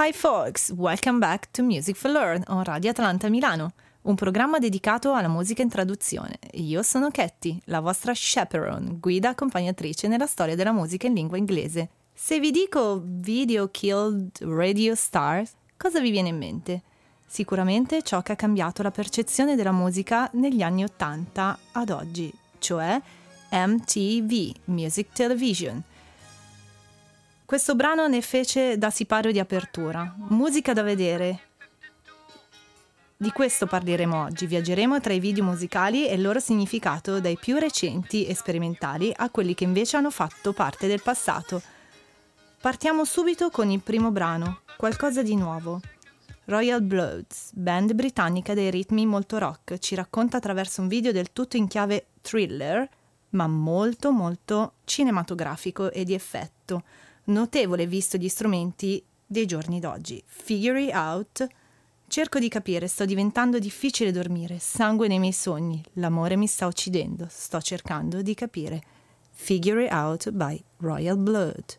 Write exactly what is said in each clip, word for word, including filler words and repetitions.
Hi folks, welcome back to Music for Learn on Radio Atlanta Milano, un programma dedicato alla musica in traduzione. Io sono Katie, la vostra chaperone, guida accompagnatrice nella storia della musica in lingua inglese. Se vi dico Video Killed Radio Stars, cosa vi viene in mente? Sicuramente ciò che ha cambiato la percezione della musica negli anni ottanta ad oggi, cioè M T V, Music Television. Questo brano ne fece da sipario di apertura, musica da vedere. Di questo parleremo oggi, viaggeremo tra i video musicali e il loro significato, dai più recenti e sperimentali a quelli che invece hanno fatto parte del passato. Partiamo subito con il primo brano, qualcosa di nuovo. Royal Bloods, band britannica dei ritmi molto rock, ci racconta attraverso un video del tutto in chiave thriller, ma molto molto cinematografico e di effetto. Notevole visto gli strumenti dei giorni d'oggi. Figure it out. Cerco di capire, sto diventando difficile dormire, sangue nei miei sogni, l'amore mi sta uccidendo, sto cercando di capire. Figure it out by Royal Blood.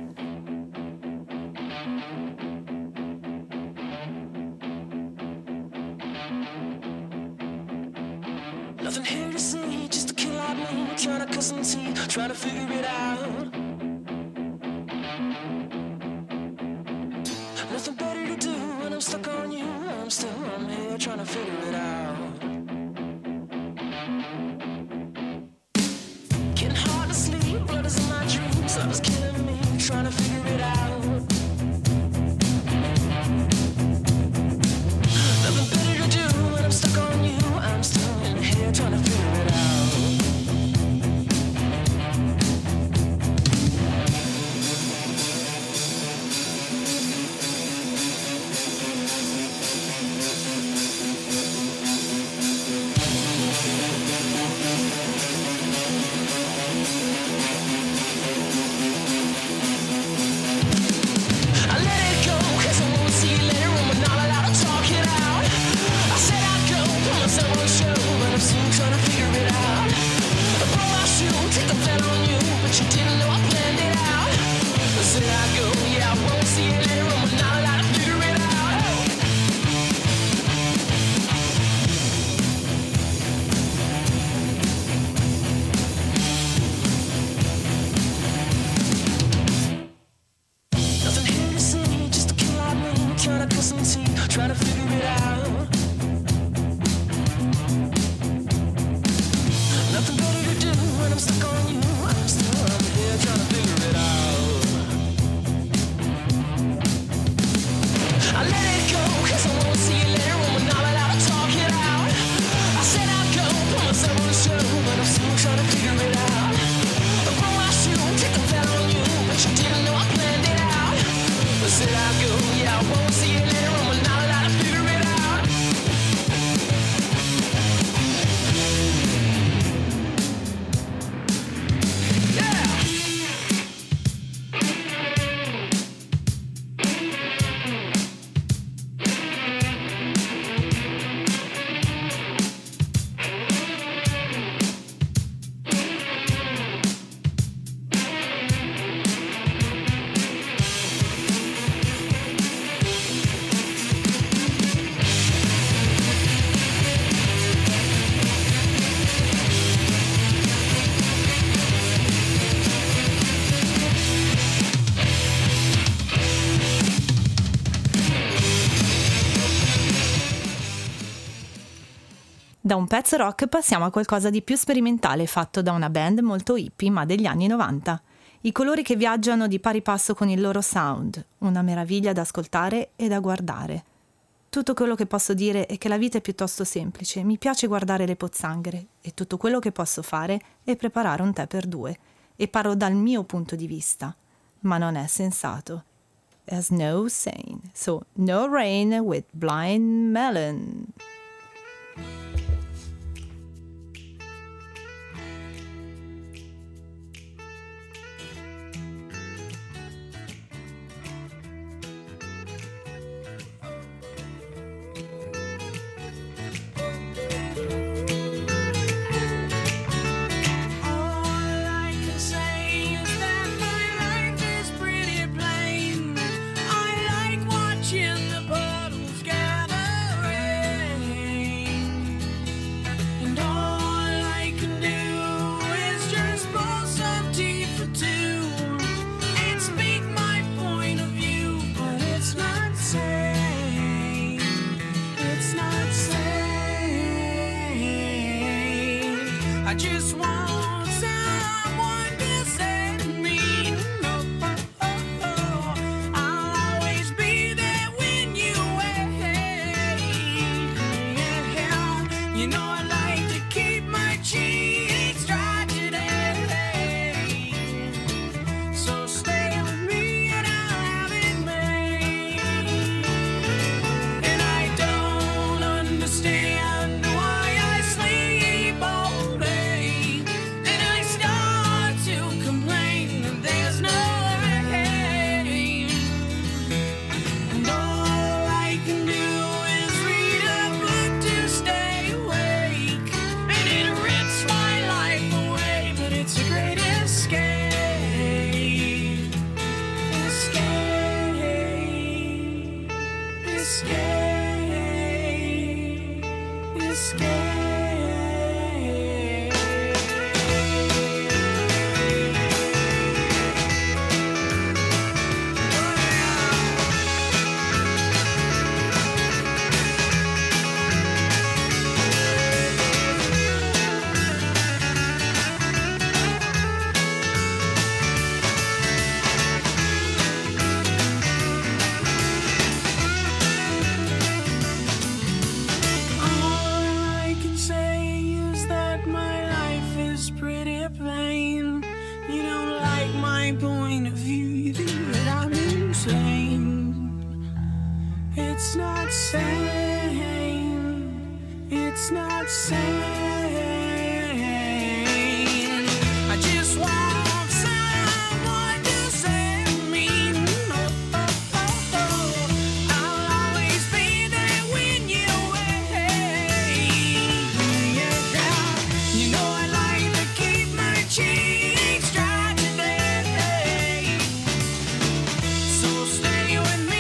Nothing here to see, just a kill out me, trying to cut some teeth, trying to figure it out. Nothing better to do when I'm stuck on you. I'm still I'm here trying to figure it out. Getting hard to sleep, blood is in my dreams. Love is killing me, trying to figure it out. Nothing better to do when I'm stuck on you. I'm still in here trying to figure it out. Da un pezzo rock passiamo a qualcosa di più sperimentale fatto da una band molto hippie ma degli anni novanta. I colori che viaggiano di pari passo con il loro sound, una meraviglia da ascoltare e da guardare. Tutto quello che posso dire è che la vita è piuttosto semplice, mi piace guardare le pozzanghere e tutto quello che posso fare è preparare un tè per due. E parlo dal mio punto di vista, ma non è sensato. As no saying, so no rain with Blind Melon. Say is that my life is pretty plain. I like what escape, escape. It's not sane. It's not sane. I just want someone to save me. Oh, oh, oh, oh. I'll always be there when you're away. Yeah, you know I like to keep my cheeks dry today. So stay with me.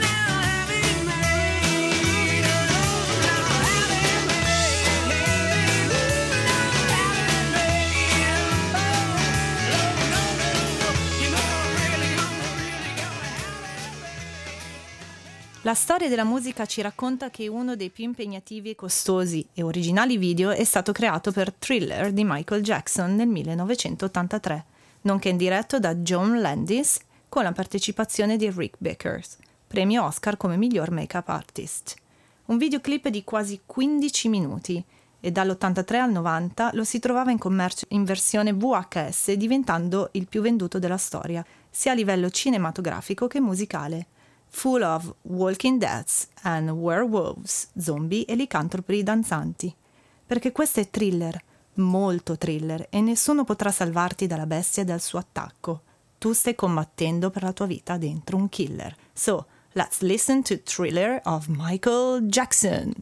La storia della musica ci racconta che uno dei più impegnativi, costosi e originali video è stato creato per Thriller di Michael Jackson nel millenovecentottantatré, nonché diretto da John Landis con la partecipazione di Rick Beckers, premio Oscar come miglior make-up artist. Un videoclip di quasi quindici minuti e dall'ottantatré al novanta lo si trovava in commercio in versione V H S, diventando il più venduto della storia, sia a livello cinematografico che musicale. Full of walking deaths and werewolves, zombie e licantropi danzanti. Perché questo è Thriller, molto Thriller, e nessuno potrà salvarti dalla bestia e dal suo attacco. Tu stai combattendo per la tua vita dentro un killer. So, let's listen to Thriller of Michael Jackson.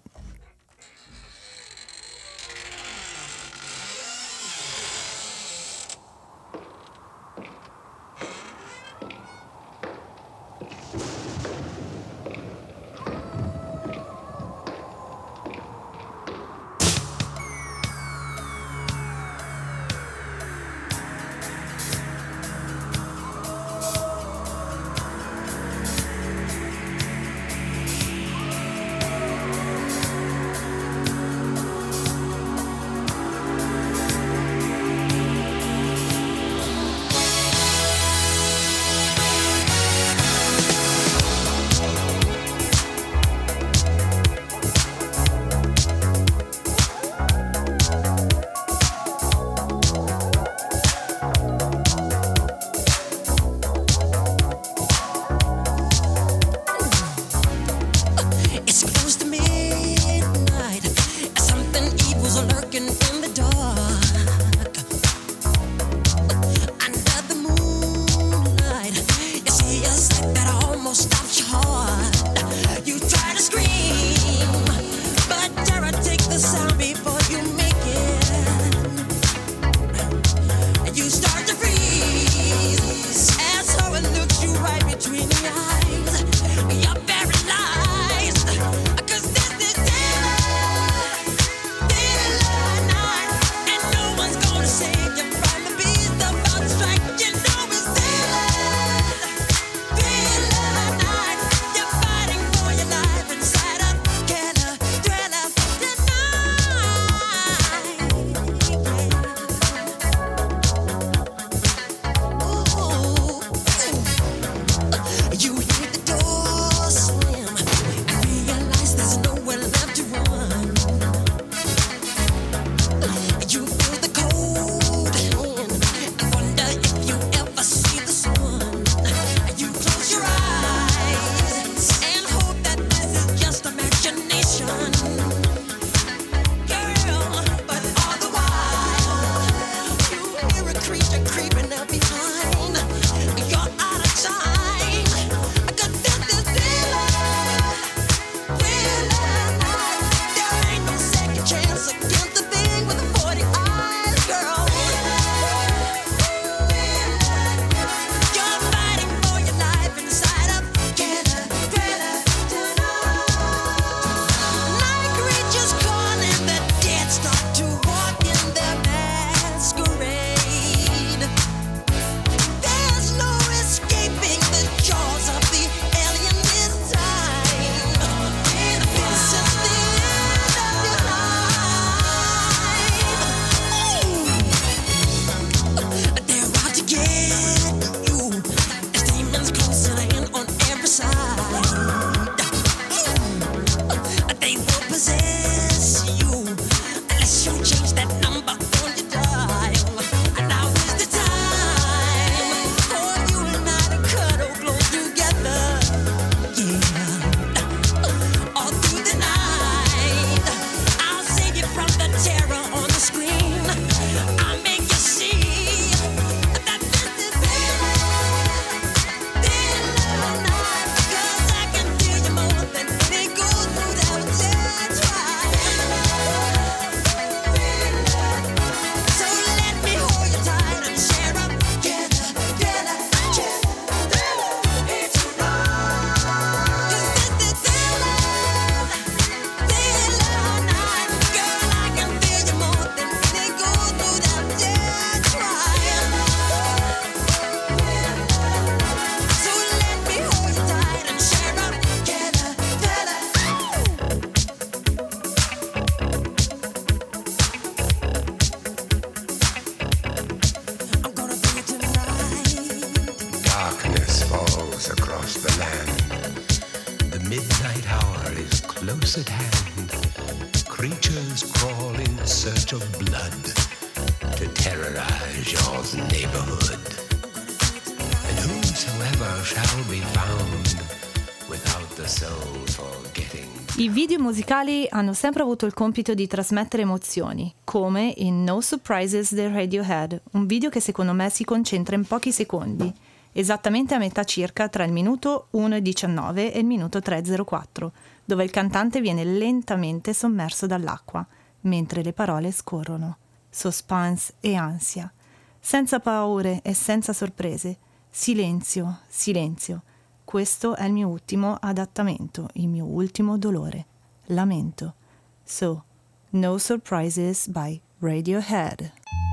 midnight hour is close at hand. Creatures crawl in search of blood to terrorize your neighborhood. And whosoever shall be found without the soul for getting. I video musicali hanno sempre avuto il compito di trasmettere emozioni, come in No Surprises del Radiohead, un video che secondo me si concentra in pochi secondi, esattamente a metà circa tra il minuto uno e diciannove e il minuto tre e zero quattro, dove il cantante viene lentamente sommerso dall'acqua, mentre le parole scorrono. Suspense e ansia, senza paure e senza sorprese, silenzio, silenzio. Questo è il mio ultimo adattamento, il mio ultimo dolore, lamento. So, No Surprises by Radiohead.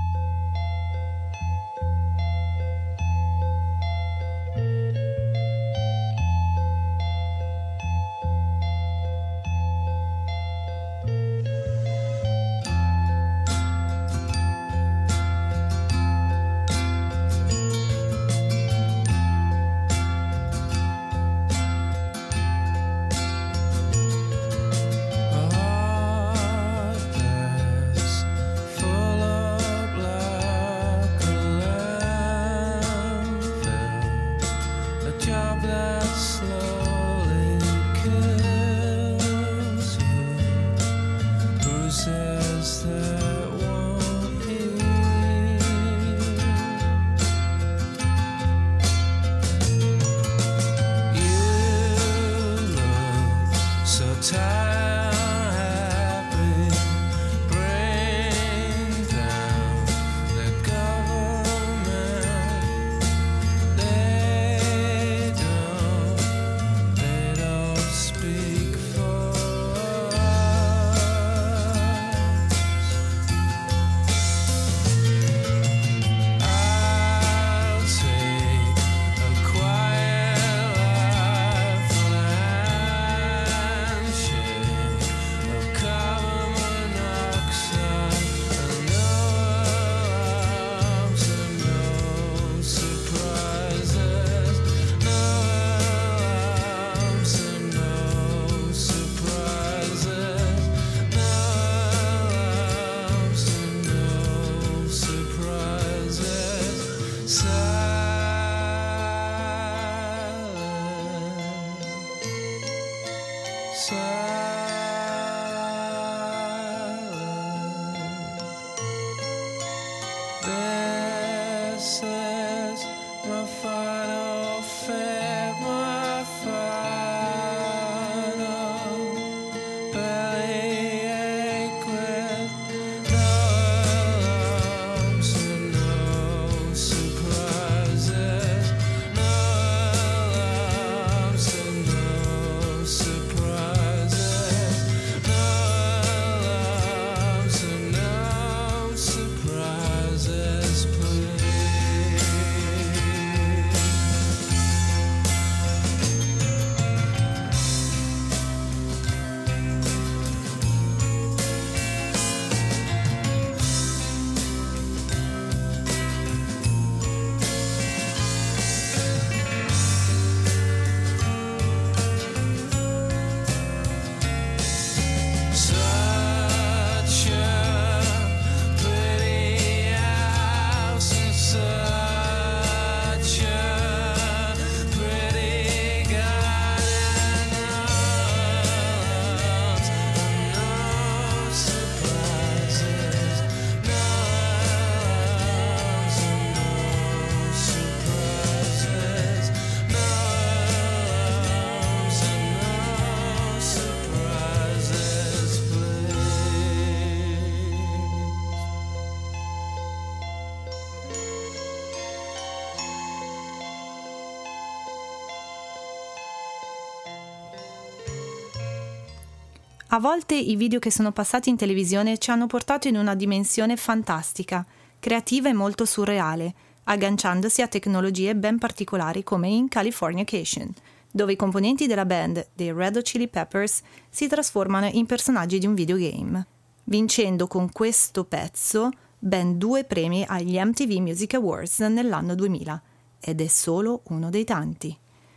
A volte i video che sono passati in televisione ci hanno portato in una dimensione fantastica, creativa e molto surreale, agganciandosi a tecnologie ben particolari come in Californication, dove i componenti della band dei Red Hot Chili Peppers si trasformano in personaggi di un videogame, vincendo con questo pezzo ben due premi agli M T V Music Awards nell'anno duemila, ed è solo uno dei tanti.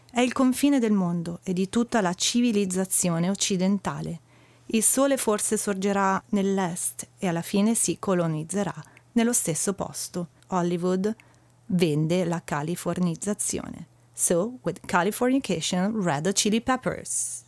È il confine del mondo e di tutta la civilizzazione occidentale. Il sole forse sorgerà nell'est e alla fine si colonizzerà nello stesso posto. Hollywood vende la californizzazione. So, with Californication, Red Hot Chili Peppers.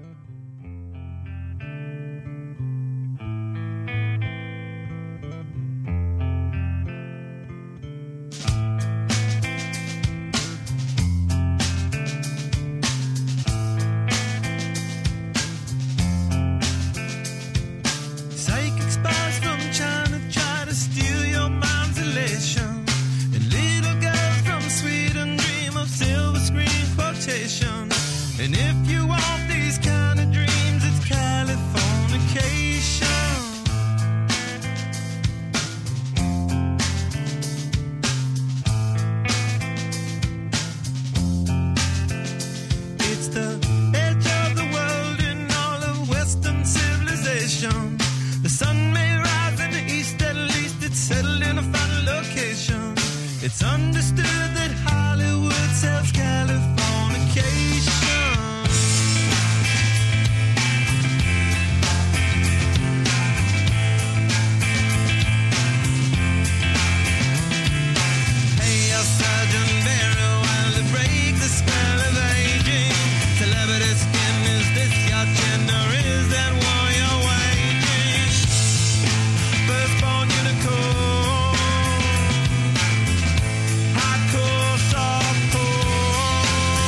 Psychic spies from China try to steal your mind's elation, and little girls from Sweden dream of silver screen quotation. And if you want these kind of dreams, it's Californication. It's the edge of the world in all of Western civilization. The sun may rise in the east, at least it's settled in a final location. It's understood that Hollywood sells Californication. Hey, your Sergeant Barrow, while to break the spell of aging. Celebrity skin, is this your gender? Is that war you're waging? Firstborn unicorn, hardcore, softcore.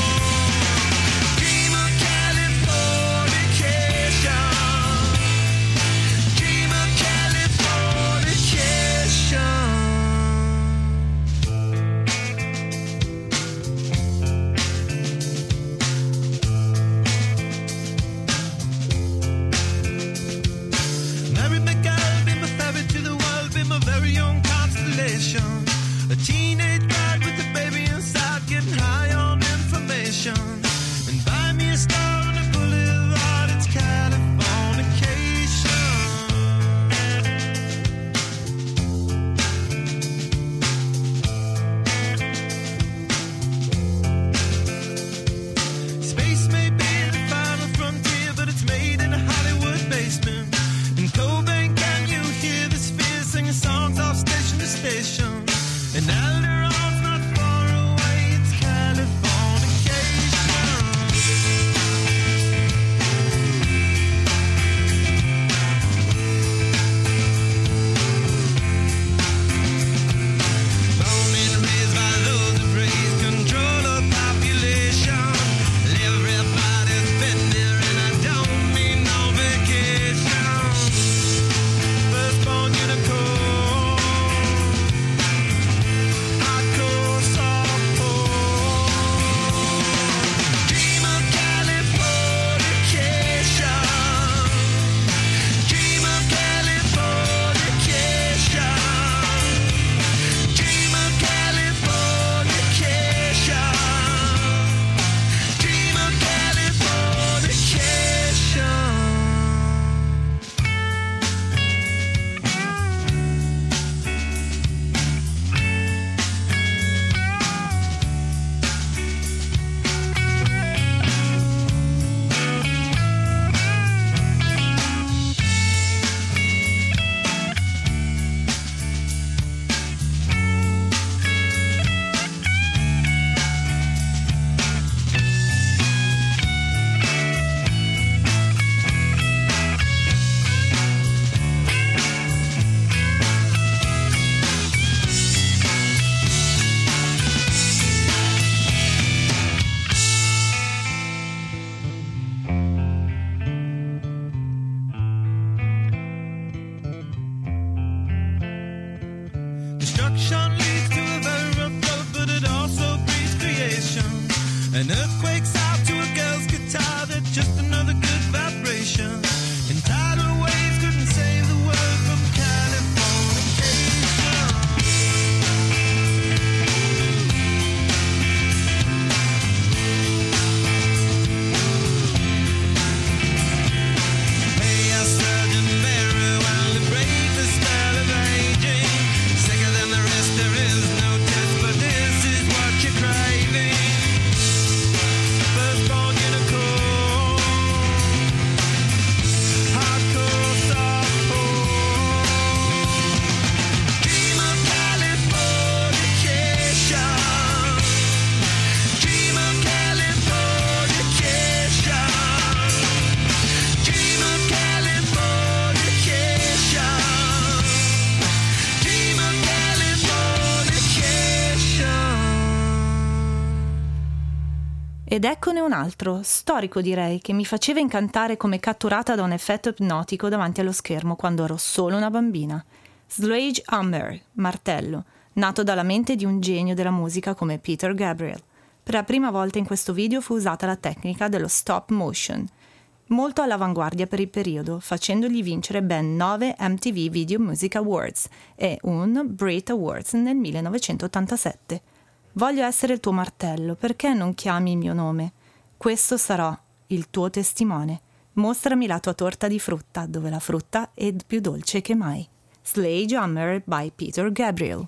Dream of Californication. Dream of Californication. Ed eccone un altro, storico direi, che mi faceva incantare come catturata da un effetto ipnotico davanti allo schermo quando ero solo una bambina. Sledgehammer, martello, nato dalla mente di un genio della musica come Peter Gabriel. Per la prima volta in questo video fu usata la tecnica dello stop motion, molto all'avanguardia per il periodo, facendogli vincere ben nove M T V Video Music Awards e un Brit Awards nel millenovecentottantasette. Voglio essere il tuo martello, perché non chiami il mio nome? Questo sarò il tuo testimone. Mostrami la tua torta di frutta, dove la frutta è più dolce che mai. Sledgehammer by Peter Gabriel.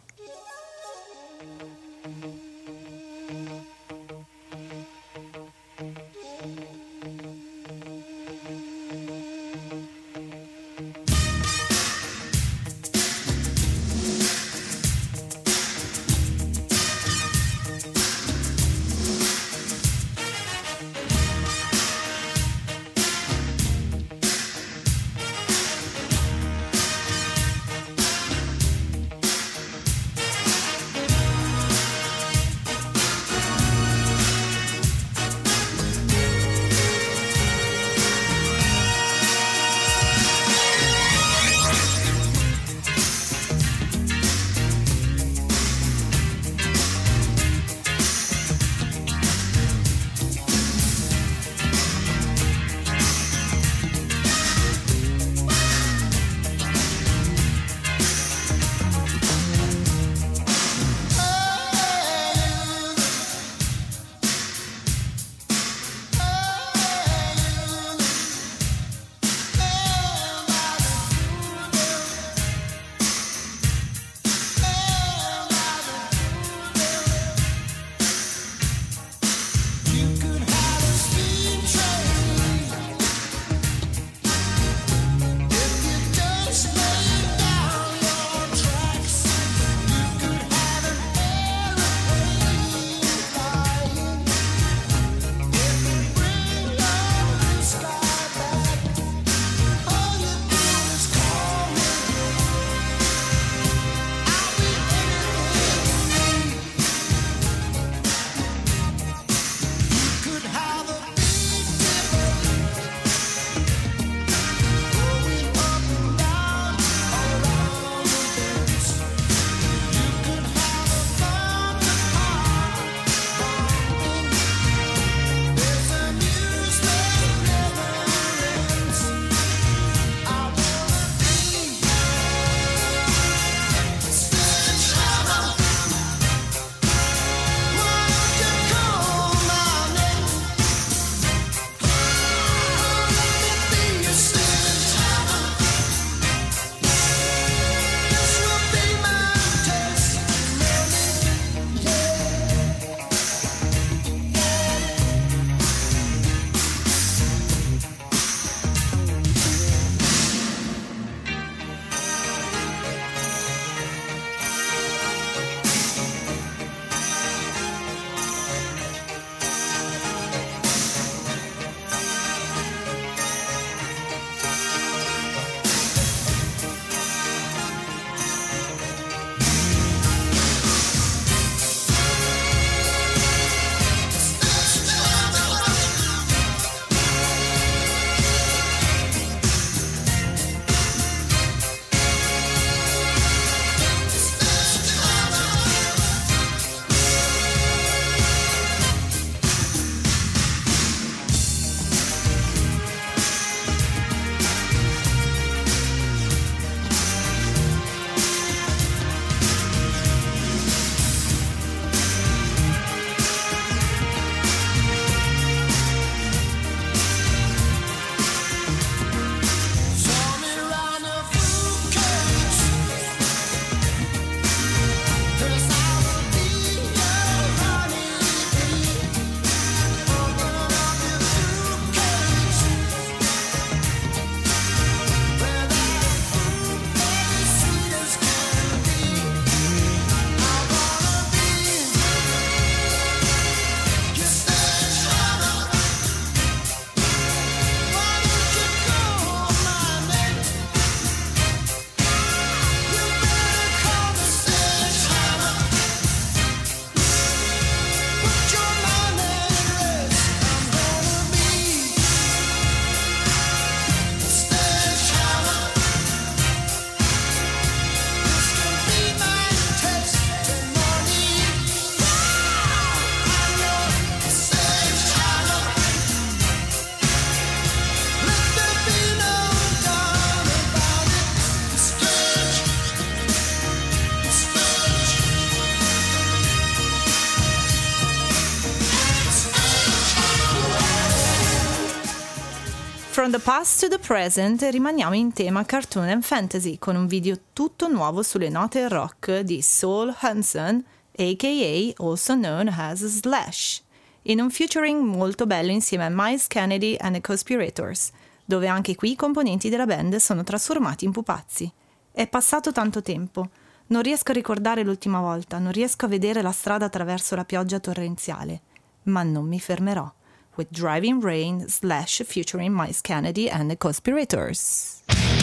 From the past to the present rimaniamo in tema cartoon and fantasy con un video tutto nuovo sulle note rock di Saul Hansen, a k a also known as Slash, in un featuring molto bello insieme a Myles Kennedy and the Conspirators, dove anche qui i componenti della band sono trasformati in pupazzi. È passato tanto tempo, non riesco a ricordare l'ultima volta, non riesco a vedere la strada attraverso la pioggia torrenziale, ma non mi fermerò. With Driving Rain Slash featuring Myles Kennedy and the Conspirators.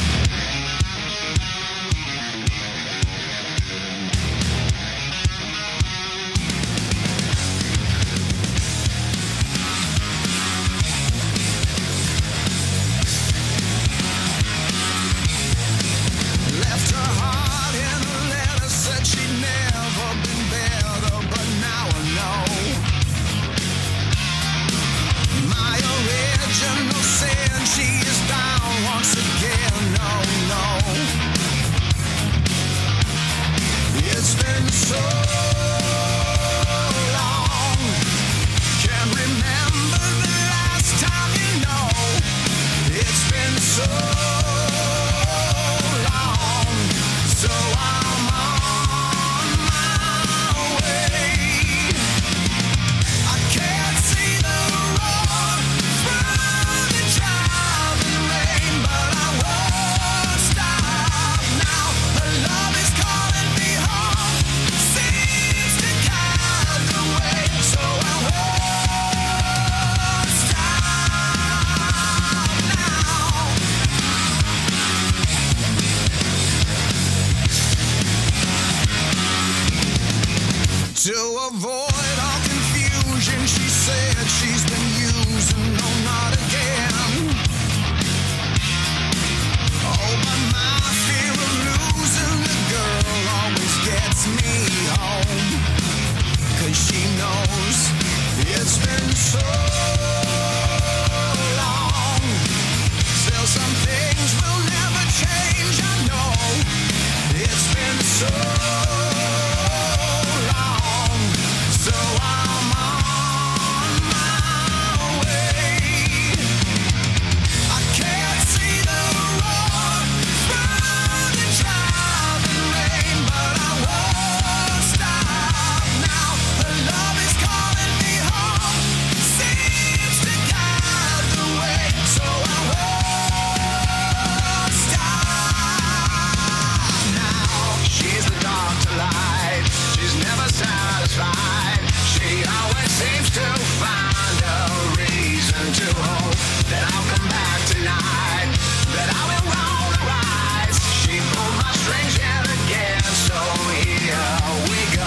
Left her heart in a letter, said she'd never been better, but now I know. My original sin, she is down once again, no, no. It's been so long, can't remember the last time, you know. It's been so long, so I'm on my way. I can't see the road through the driving rain, but I won't stop now. Her love is calling me home, seems to guide the way, so I won't stop now. To avoid all confusion, she said she's been using, no, not again. Oh, but my fear of losing the girl always gets me home, 'cause she knows it's been so long. Still some things will never change, I know. It's been so long, so I'm on my way. I can't see the road through the driving rain, but I won't stop now. Her love is calling me home, seems to guide the way, so I won't stop now. She's the dark to light, she's never satisfied. She always seems to find a reason to hope that I'll come back tonight, that I will roll the rise. She pulled my strings yet again, so here we go.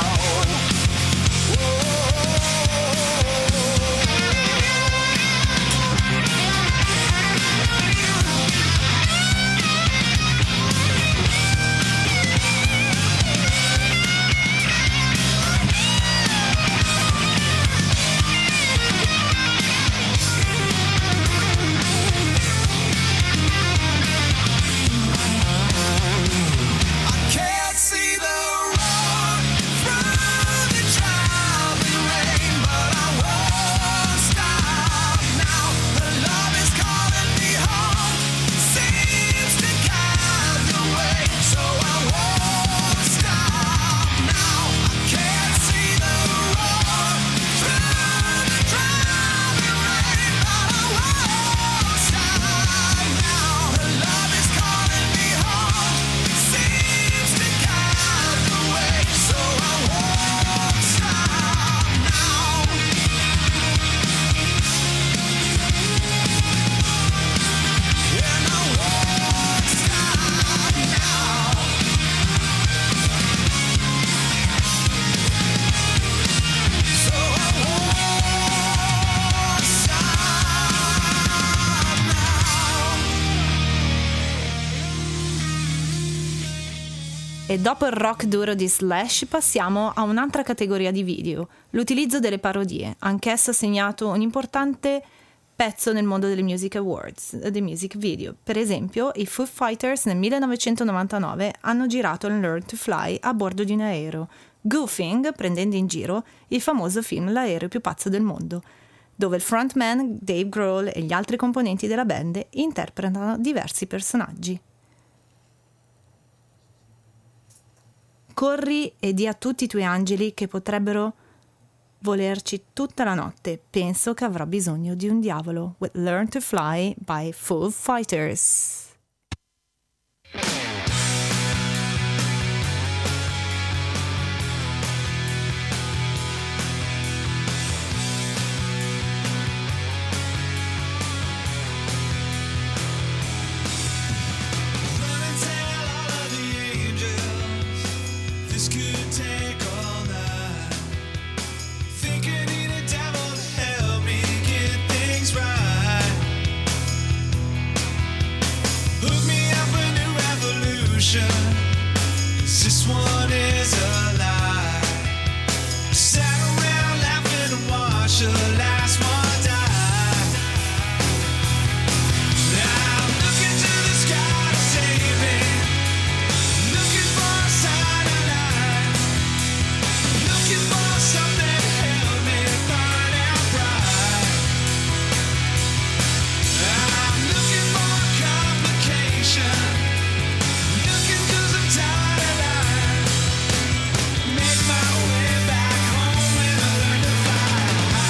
I can't see the road through the driving rain, but I won't stop now. Her love is calling me home, seems to guide the way, so I won't stop now. I can't see the road through the driving rain, but I won't stop now. Her love is calling me home, seems to guide the way, so I won't stop now. And I won't stop now. So I won't stop now. E dopo il rock duro di Slash passiamo a un'altra categoria di video, l'utilizzo delle parodie, anch'esso ha segnato un importante pezzo nel mondo delle music awards, dei music video. Per esempio, i Foo Fighters nel millenovecentonovantanove hanno girato Learn to Fly a bordo di un aereo, goofing, prendendo in giro, il famoso film L'aereo più pazzo del mondo. dove il frontman Dave Grohl e gli altri componenti della band interpretano diversi personaggi. Corri e di a tutti i tuoi angeli che potrebbero volerci tutta la notte. Penso che avrò bisogno di un diavolo. With Learn to Fly by Foo Fighters. This one is a lie. Sat around laughing and watched the last one die. Now I'm looking to the sky to save me, looking for a sign of life, looking for something to help me burn out bright. I'm looking for a complication, looking 'cause I'm tired of life. Make my way back home when I learn to fly.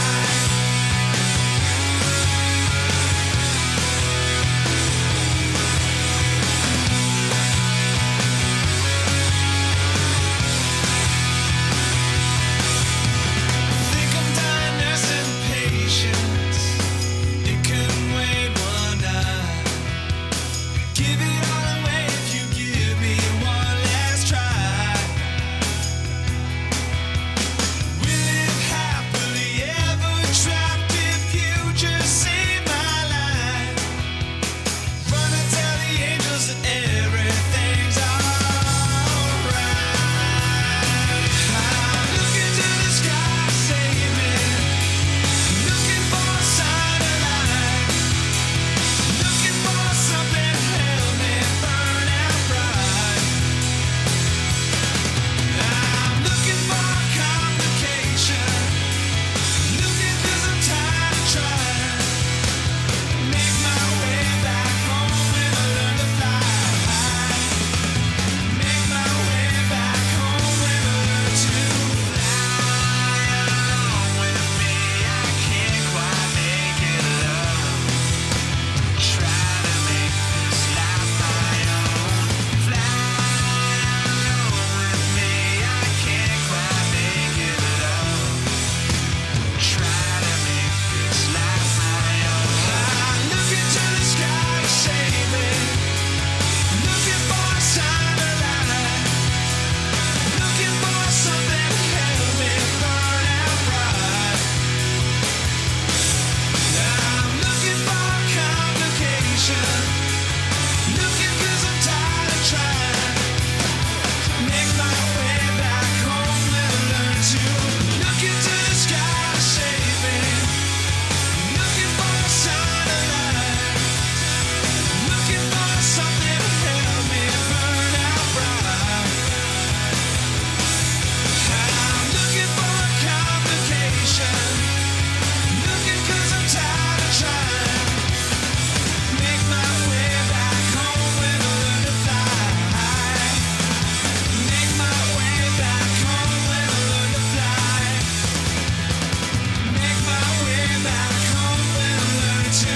Think I'm dying nursing patience. It couldn't wait one night. Give it all away if you give me one last try. We live happily ever trapped if you just save my life. Run and tell the angels that everything's alright. I'm looking to the sky to save me, looking for a sign of life, looking for something to help me burn out bright. I'm looking for a complication, looking 'cause I'm tired of trying. Make my way back home when I learn to fly. Make my way back home when I learn to fly. With me I can't quite make it love. Try to make this life my own. Fly with me I can't quite make it love. Try to make this life my own. I'm looking to the sky to save me, looking for a sign of life, looking for something to help me burn out bright. I'm looking for a complication, looking 'cause I'm tired of trying. Make my way back home when I learn to. Looking to the sky to save me, looking for a sign of life, looking for something to help me burn out bright. I'm looking for a complication, looking 'cause I'm tired of trying. Make my way back home when I learn to fly. Make my way back home when I learn to fly. Make my way back home when I learn to.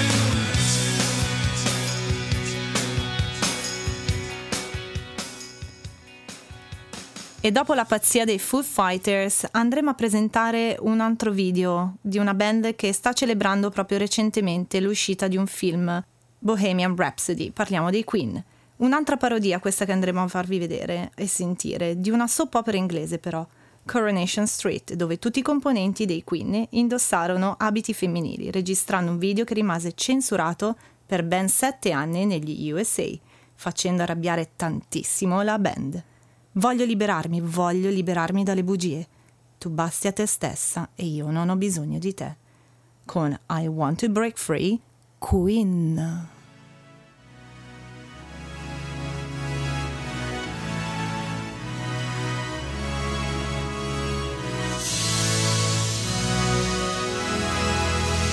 E dopo la pazzia dei Foo Fighters andremo a presentare un altro video di una band che sta celebrando proprio recentemente l'uscita di un film, Bohemian Rhapsody. Parliamo dei Queen. Un'altra parodia, questa che andremo a farvi vedere e sentire, di una soap opera inglese però, Coronation Street, dove tutti i componenti dei Queen indossarono abiti femminili, registrando un video che rimase censurato per ben sette anni negli U S A, facendo arrabbiare tantissimo la band. Voglio liberarmi, voglio liberarmi dalle bugie. Tu basti a te stessa e io non ho bisogno di te. Con I Want to Break Free, Queen. I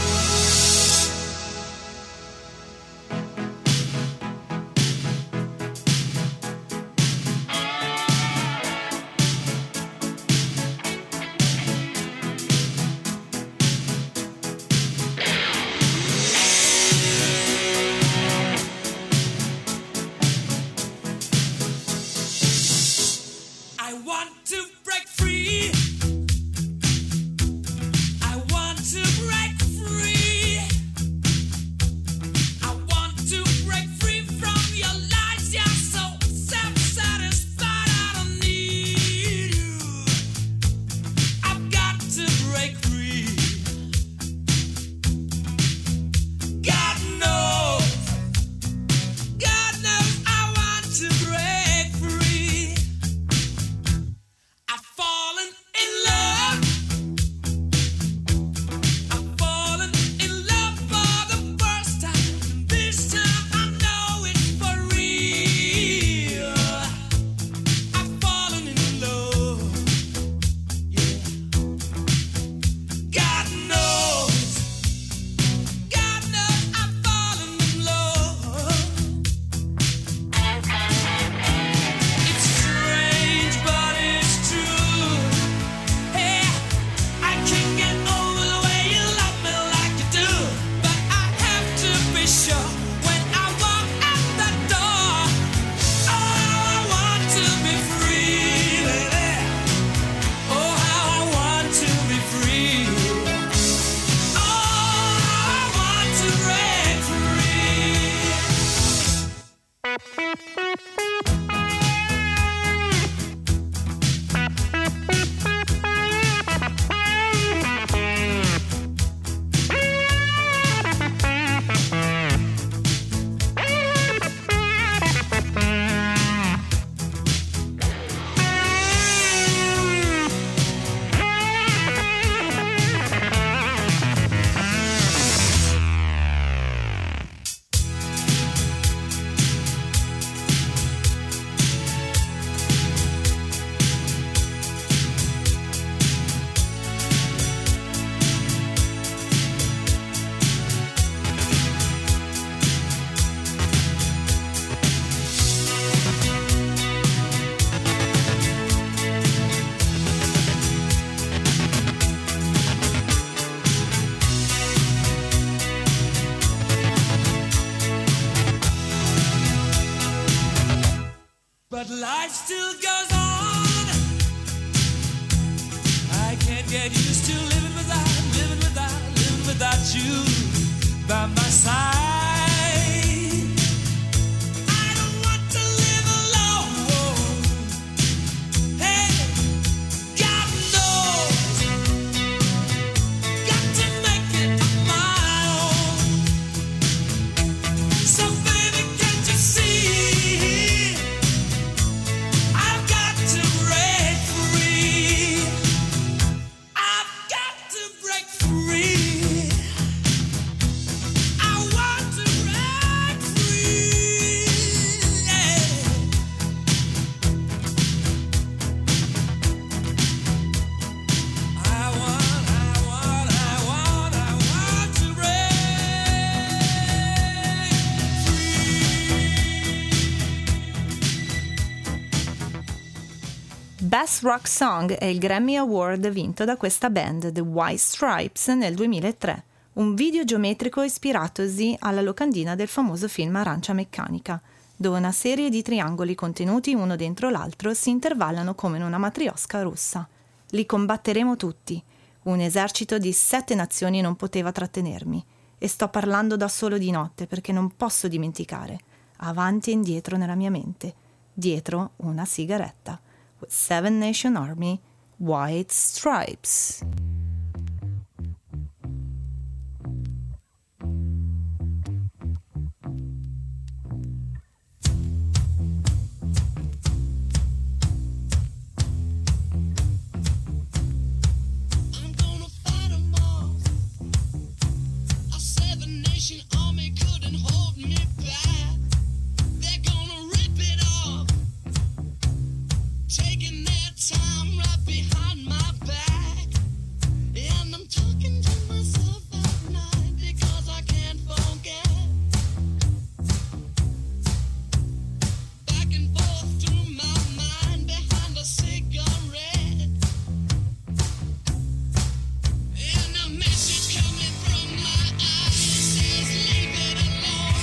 but life still goes on. I can't get used to living without, living without, living without you by my side. I don't want to live alone. Hey, God knows, got to make it on my own. So baby, can't you see? I've got to break free. I've got to break free. I want to break free. Yeah. I want, I want, I want, I want to break free. Best Rock Song è il Grammy Award vinto da questa band, The White Stripes, nel duemilatré. Un video geometrico ispiratosi alla locandina del famoso film Arancia Meccanica, dove una serie di triangoli contenuti uno dentro l'altro si intervallano come in una matriosca russa. Li combatteremo tutti. Un esercito di sette nazioni non poteva trattenermi. E sto parlando da solo di notte perché non posso dimenticare. Avanti e indietro nella mia mente. Dietro una sigaretta. With Seven Nation Army, White Stripes. I'm gonna fight 'em all. A seven nation army couldn't hold me back. They're gonna rip it off, taking their time right behind my back. And I'm talking to myself at night because I can't forget. Back and forth through my mind behind a cigarette. And a message coming from my eyes says, leave it alone.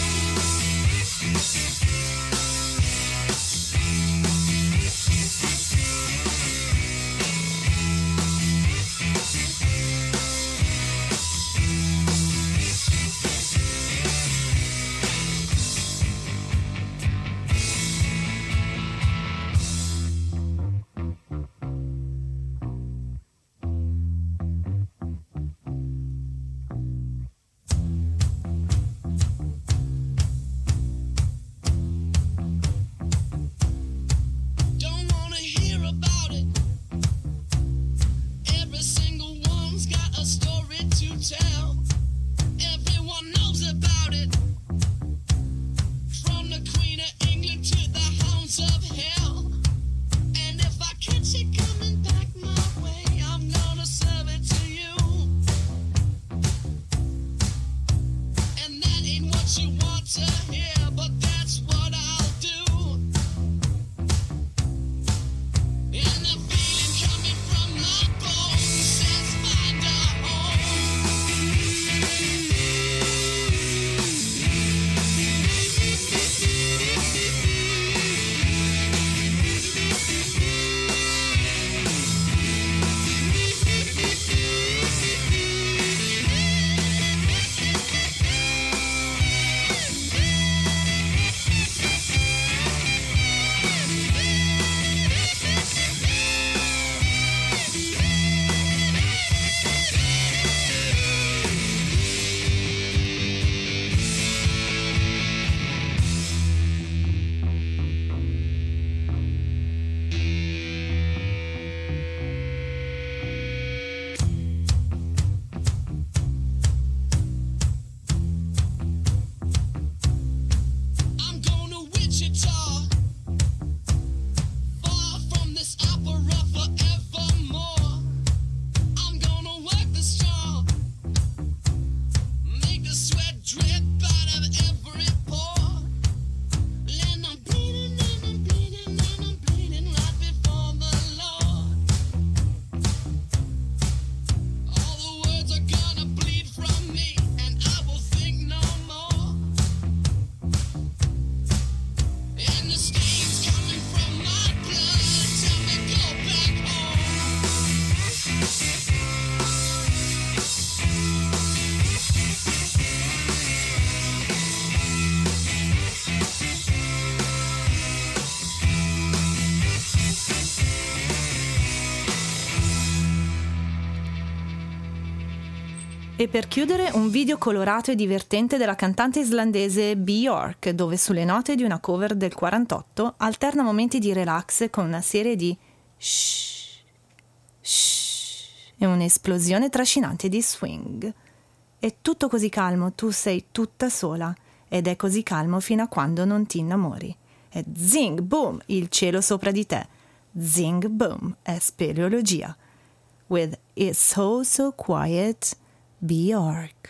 E per chiudere un video colorato e divertente della cantante islandese Björk, dove sulle note di una cover del quarantotto alterna momenti di relax con una serie di shh, shh e un'esplosione trascinante di swing. È tutto così calmo, tu sei tutta sola, ed è così calmo fino a quando non ti innamori. È zing boom, il cielo sopra di te. Zing boom, è speleologia. With It's So So Quiet, Björk.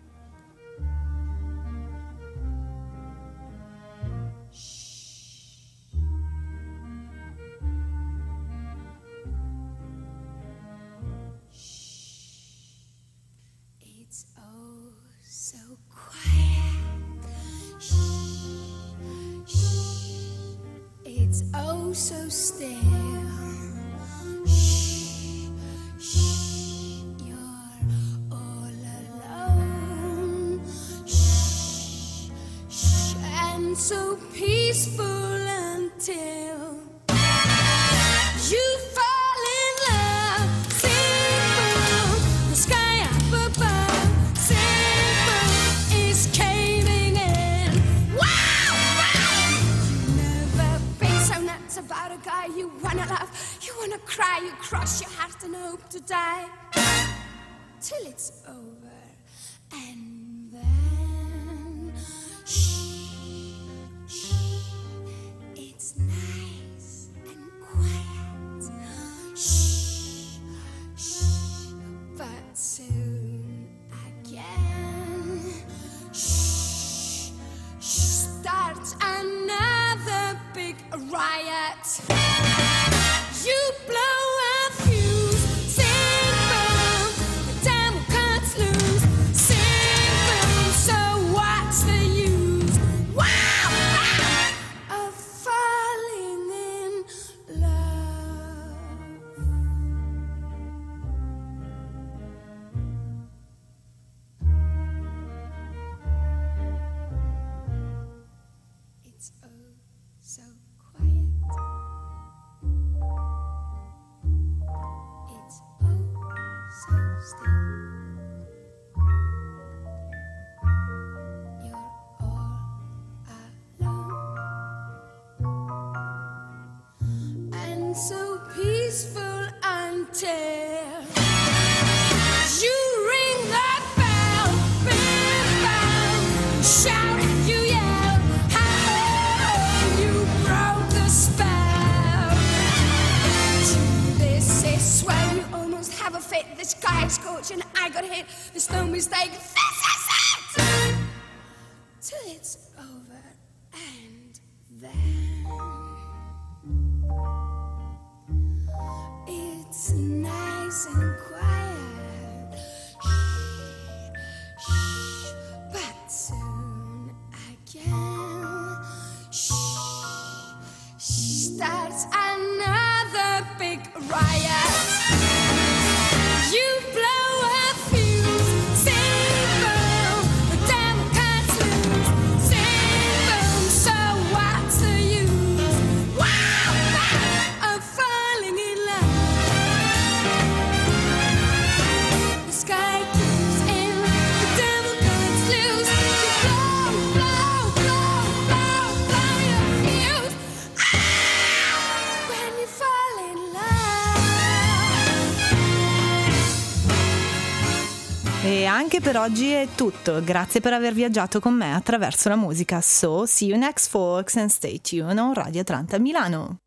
It's oh so quiet. Shh, shh. It's oh so still. Shh, shh. You're all alone. Shh, shh. And so peaceful until you fall in love. Simple, the sky up above. Simple is caving in. Wow, wow. Never been so nuts about a guy you wanna love. You wanna cry, you cross your heart and hope to die till it's over. And then shh, shh. It's nice and quiet. Shh, shh. But soon again, shh, shh. Starts another big riot. You blow a fuse. Sing boom, the demo cuts loose. Sing boom, so what's the use? Wow, wow, of falling in love. It's oh so quiet. It's oh so still. You're all alone. And so peaceful until you ring that bell. Big bell. Shout, you yell. How you broke the spell. This is when you almost have a fit. The sky is scorching, I got hit. There's no mistake. This is it. Till it's over, and then it's nice and quiet. Shh, shh. But soon again, shh, shh. Starts another big riot. You blow a fuse. Sing boom, the demo cuts loose. Sing boom, so what's the use? Wow, wow, of falling in love. The sky gives in, the demo cuts loose. You blow, blow, blow, blow, blow your fuse. Ah, when you fall in love. E anche per oggi è tutto. Grazie per aver viaggiato con me attraverso la musica. So, see you next folks and stay tuned on Radio Atlanta Milano.